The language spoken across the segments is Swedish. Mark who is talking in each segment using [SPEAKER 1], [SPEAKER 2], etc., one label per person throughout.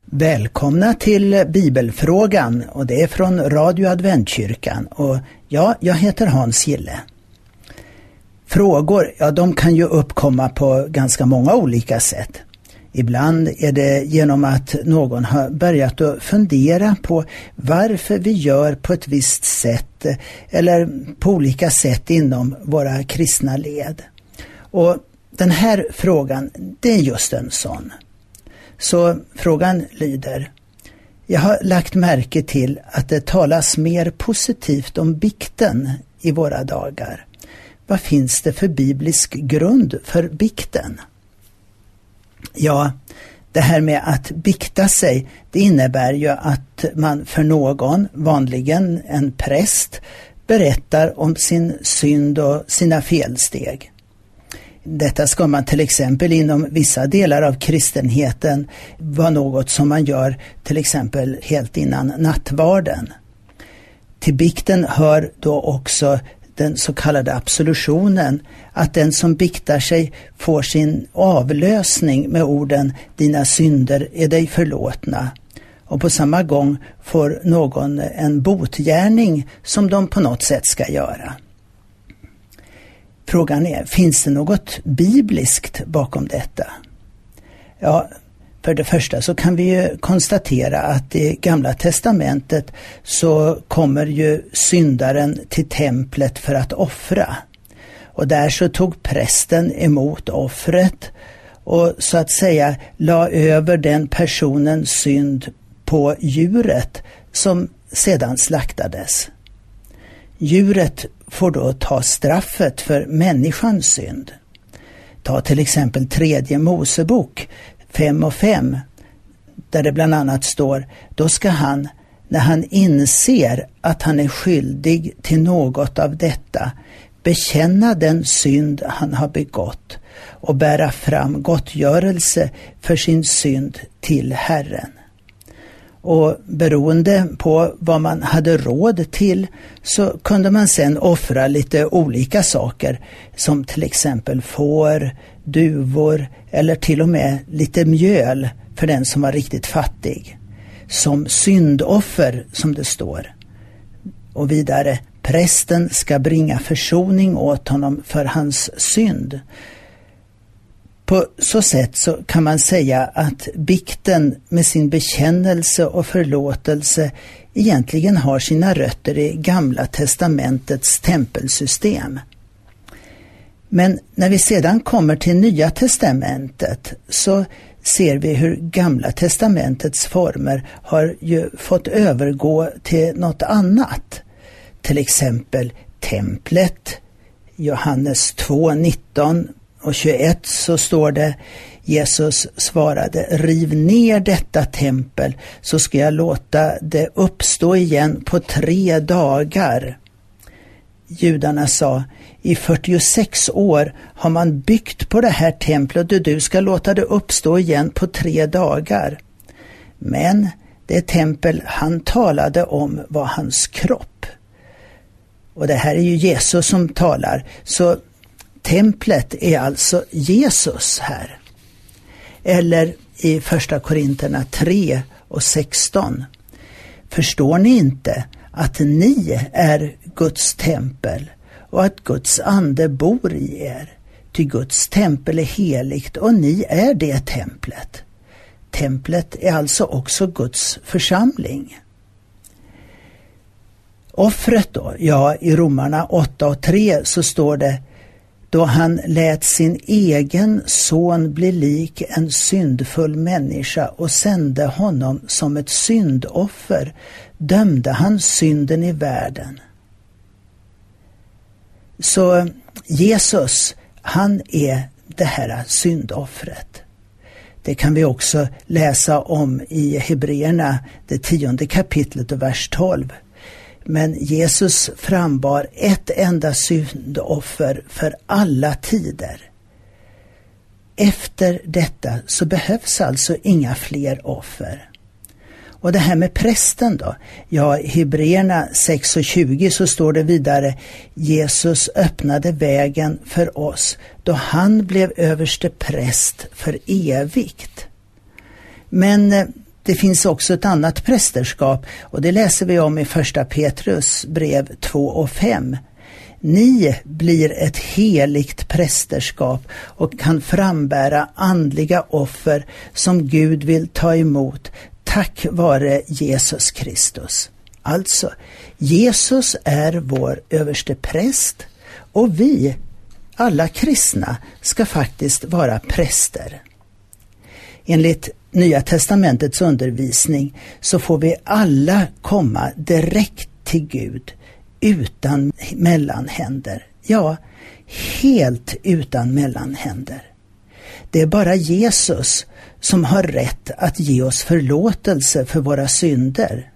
[SPEAKER 1] Välkomna till Bibelfrågan, och det är från Radio Adventkyrkan, och jag heter Hans Gille. Frågor, de kan ju uppkomma på ganska många olika sätt. Ibland är det genom att någon har börjat att fundera på varför vi gör på ett visst sätt eller på olika sätt inom våra kristna led. Och den här frågan, det är just en sån. Så frågan lyder: jag har lagt märke till att det talas mer positivt om bikten i våra dagar. Vad finns det för biblisk grund för bikten? Ja, det här med att bikta sig, det innebär ju att man för någon, vanligen en präst, berättar om sin synd och sina felsteg. Detta ska man till exempel inom vissa delar av kristenheten vara något som man gör till exempel helt innan nattvarden. Till bikten hör då också den så kallade absolutionen, att den som biktar sig får sin avlösning med orden "dina synder är dig förlåtna", och på samma gång får någon en botgärning som de på något sätt ska göra. Frågan är, finns det något bibliskt bakom detta? Ja, för det första så kan vi ju konstatera att i Gamla testamentet så kommer ju syndaren till templet för att offra. Och där så tog prästen emot offret och så att säga la över den personens synd på djuret som sedan slaktades. Djuret får då ta straffet för människans synd. Ta till exempel 3:e Mosebok 5:5, där det bland annat står: då ska han, när han inser att han är skyldig till något av detta, bekänna den synd han har begått och bära fram gottgörelse för sin synd till Herren. Och beroende på vad man hade råd till så kunde man sedan offra lite olika saker, som till exempel får, duvor eller till och med lite mjöl för den som var riktigt fattig. Som syndoffer, som det står. Och vidare, prästen ska bringa försoning åt honom för hans synd. På så sätt så kan man säga att bikten med sin bekännelse och förlåtelse egentligen har sina rötter i Gamla testamentets tempelsystem. Men när vi sedan kommer till Nya testamentet så ser vi hur Gamla testamentets former har ju fått övergå till något annat. Till exempel templet, Johannes 2:19 och 21 så står det: Jesus svarade, riv ner detta tempel så ska jag låta det uppstå igen på 3 dagar. Judarna sa, i 46 år har man byggt på det här templet och du ska låta det uppstå igen på 3 dagar. Men det tempel han talade om var hans kropp. Och det här är ju Jesus som talar, så templet är alltså Jesus här. Eller i första Korinterna 3:16. Förstår ni inte att ni är Guds tempel och att Guds ande bor i er? Ty Guds tempel är heligt och ni är det templet. Templet är alltså också Guds församling. Offret då? Ja, i Romarna 8:3 så står det: då han lät sin egen son bli lik en syndfull människa och sände honom som ett syndoffer, dömde han synden i världen. Så Jesus, han är det här syndoffret. Det kan vi också läsa om i Hebreerna, det 10:e kapitlet och vers 12. Men Jesus frambar ett enda syndoffer för alla tider. Efter detta så behövs alltså inga fler offer. Och det här med prästen då? Ja, i Hebreerna 6:20 så står det vidare: Jesus öppnade vägen för oss då han blev överste präst för evigt. Men det finns också ett annat prästerskap, och det läser vi om i första Petrus brev 2:5. Ni blir ett heligt prästerskap och kan frambära andliga offer som Gud vill ta emot tack vare Jesus Kristus. Alltså, Jesus är vår överste präst, och vi, alla kristna, ska faktiskt vara präster. Enligt Nya testamentets undervisning så får vi alla komma direkt till Gud utan mellanhänder. Ja, helt utan mellanhänder. Det är bara Jesus som har rätt att ge oss förlåtelse för våra synder.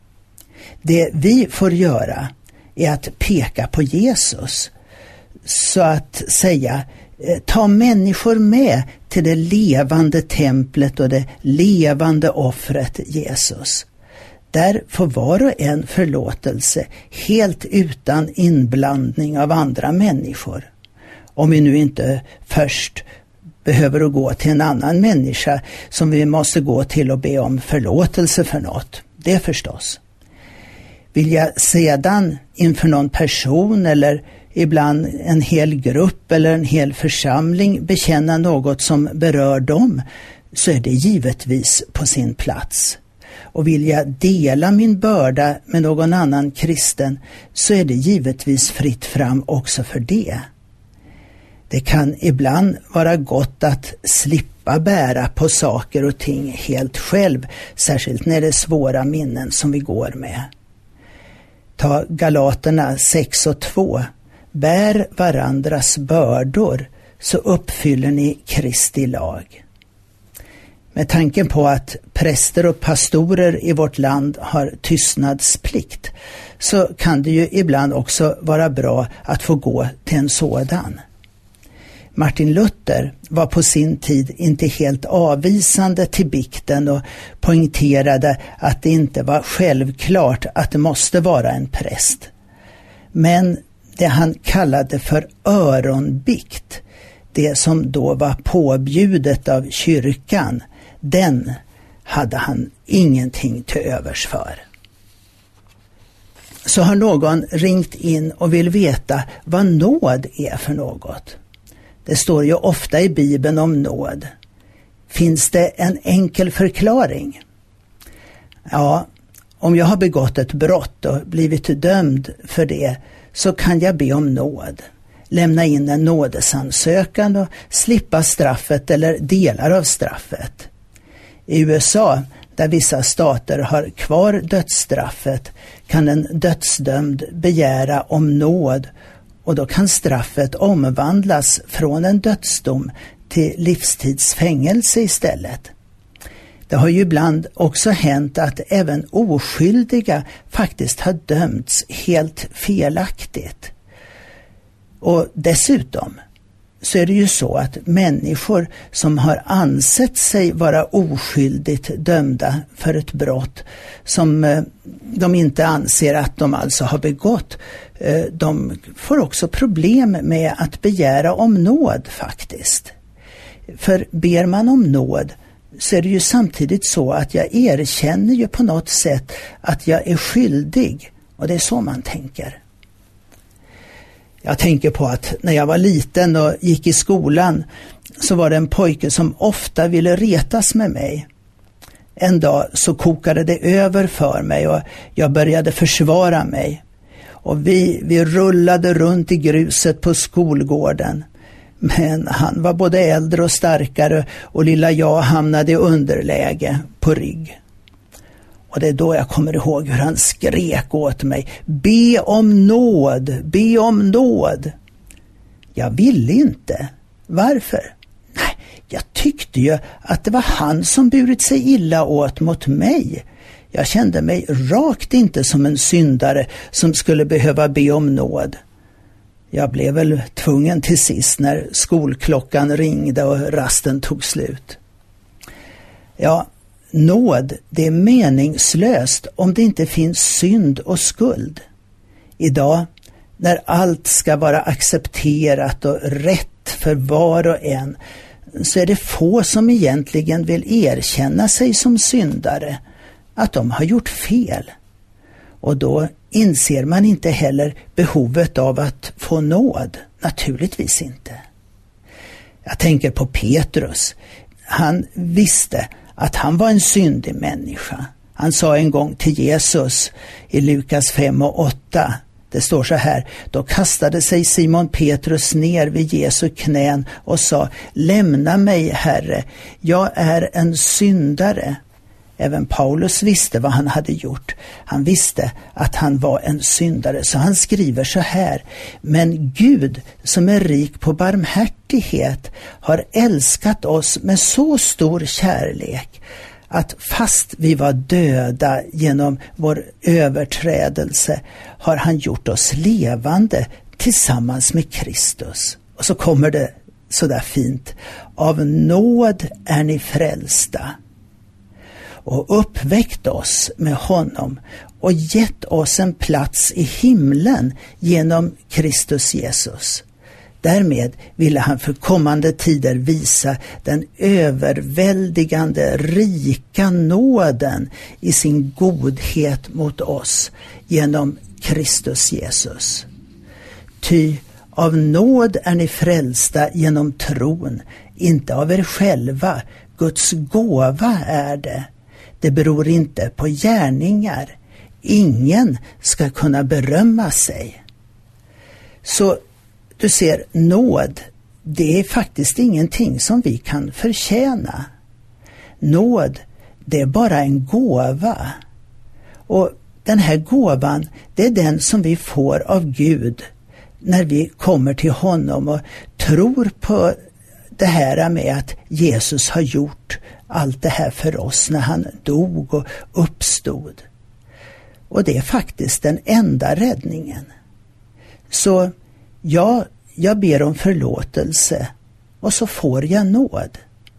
[SPEAKER 1] Det vi får göra är att peka på Jesus, så att säga, ta människor med till det levande templet och det levande offret Jesus. Där får var och en förlåtelse helt utan inblandning av andra människor. Om vi nu inte först behöver att gå till en annan människa som vi måste gå till och be om förlåtelse för något. Det förstås. Vill jag sedan inför någon person eller ibland en hel grupp eller en hel församling bekänna något som berör dem, så är det givetvis på sin plats. Och vill jag dela min börda med någon annan kristen, så är det givetvis fritt fram också för det. Det kan ibland vara gott att slippa bära på saker och ting helt själv, särskilt när det är svåra minnen som vi går med. Ta Galaterna 6:2. Bär varandras bördor, så uppfyller ni Kristi lag. Med tanken på att präster och pastorer i vårt land har tystnadsplikt, så kan det ju ibland också vara bra att få gå till en sådan. Martin Luther var på sin tid inte helt avvisande till bikten och poängterade att det inte var självklart att det måste vara en präst. Men det han kallade för öronbikt, det som då var påbjudet av kyrkan, den hade han ingenting till övers för. Så har någon ringt in och vill veta vad nåd är för något. Det står ju ofta i Bibeln om nåd. Finns det en enkel förklaring? Ja, om jag har begått ett brott och blivit dömd för det, så kan jag be om nåd. Lämna in en nådesansökan och slippa straffet eller delar av straffet. I USA, där vissa stater har kvar dödsstraffet, kan en dödsdömd begära om nåd, och då kan straffet omvandlas från en dödsdom till livstidsfängelse istället. Det har ju ibland också hänt att även oskyldiga faktiskt har dömts helt felaktigt. Och dessutom så är det ju så att människor som har ansett sig vara oskyldigt dömda för ett brott som de inte anser att de alltså har begått, de får också problem med att begära om nåd faktiskt. För ber man om nåd, så är det ju samtidigt så att jag erkänner ju på något sätt att jag är skyldig, och det är så man tänker. Jag tänker på att när jag var liten och gick i skolan, så var det en pojke som ofta ville retas med mig. En dag så kokade det över för mig och jag började försvara mig. Och vi rullade runt i gruset på skolgården. Men han var både äldre och starkare, och lilla jag hamnade i underläge på rygg. Och det är då jag kommer ihåg hur han skrek åt mig: be om nåd, be om nåd. Jag ville inte. Varför? Nej, jag tyckte ju att det var han som burit sig illa åt mot mig. Jag kände mig rakt inte som en syndare som skulle behöva be om nåd. Jag blev väl tvungen till sist när skolklockan ringde och rasten tog slut. Ja, nåd, det är meningslöst om det inte finns synd och skuld. Idag, när allt ska vara accepterat och rätt för var och en, så är det få som egentligen vill erkänna sig som syndare, att de har gjort fel. Och då inser man inte heller behovet av att få nåd. Naturligtvis inte. Jag tänker på Petrus. Han visste att han var en syndig människa. Han sa en gång till Jesus i Lukas 5:8. Det står så här: då kastade sig Simon Petrus ner vid Jesu knän och sa: lämna mig, Herre, jag är en syndare. Även Paulus visste vad han hade gjort. Han visste att han var en syndare, så han skriver så här: men Gud som är rik på barmhärtighet har älskat oss med så stor kärlek att fast vi var döda genom vår överträdelse har han gjort oss levande tillsammans med Kristus. Och så kommer det så där fint: av nåd är ni frälsta, och uppväckt oss med honom och gett oss en plats i himlen genom Kristus Jesus. Därmed ville han för kommande tider visa den överväldigande rika nåden i sin godhet mot oss genom Kristus Jesus. Ty av nåd är ni frälsta genom tron, inte av er själva. Guds gåva är det. Det beror inte på gärningar. Ingen ska kunna berömma sig. Så du ser, nåd, det är faktiskt ingenting som vi kan förtjäna. Nåd, det är bara en gåva. Och den här gåvan, det är den som vi får av Gud när vi kommer till honom och tror på det här med att Jesus har gjort allt det här för oss när han dog och uppstod. Och det är faktiskt den enda räddningen. Så jag ber om förlåtelse och så får jag nåd.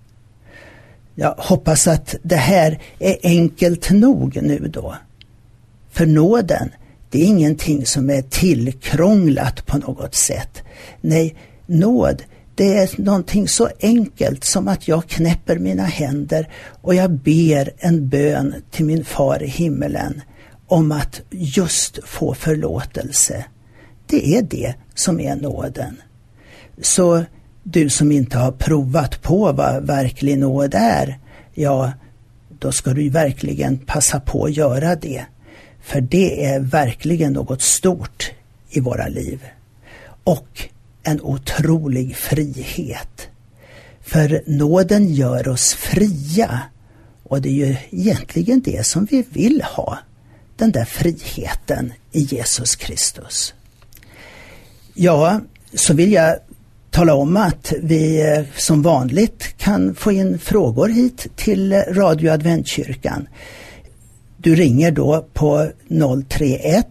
[SPEAKER 1] Jag hoppas att det här är enkelt nog nu då. För nåden, det är ingenting som är tillkrånglat på något sätt. Nej, nåd, det är någonting så enkelt som att jag knäpper mina händer och jag ber en bön till min far i himmelen om att just få förlåtelse. Det är det som är nåden. Så du som inte har provat på vad verklig nåd är, ja, då ska du verkligen passa på att göra det. För det är verkligen något stort i våra liv. Och en otrolig frihet. För nåden gör oss fria. Och det är ju egentligen det som vi vill ha. Den där friheten i Jesus Kristus. Ja, så vill jag tala om att vi som vanligt kan få in frågor hit till Radio Adventkyrkan. Du ringer då på 031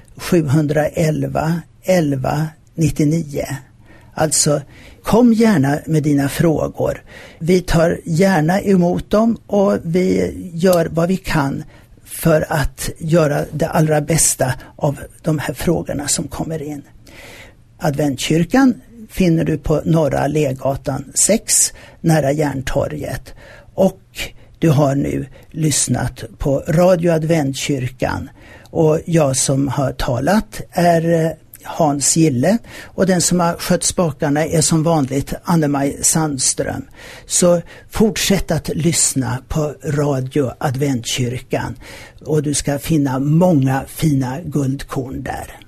[SPEAKER 1] 711 11 99. Alltså, kom gärna med dina frågor. Vi tar gärna emot dem och vi gör vad vi kan för att göra det allra bästa av de här frågorna som kommer in. Adventkyrkan finner du på Norra Allégatan 6 nära Järntorget. Och du har nu lyssnat på Radio Adventkyrkan. Och jag som har talat är Hans Gille och den som har skött spakarna är som vanligt Anne-Maj Sandström. Så fortsätt att lyssna på Radio Adventkyrkan och du ska finna många fina guldkorn där.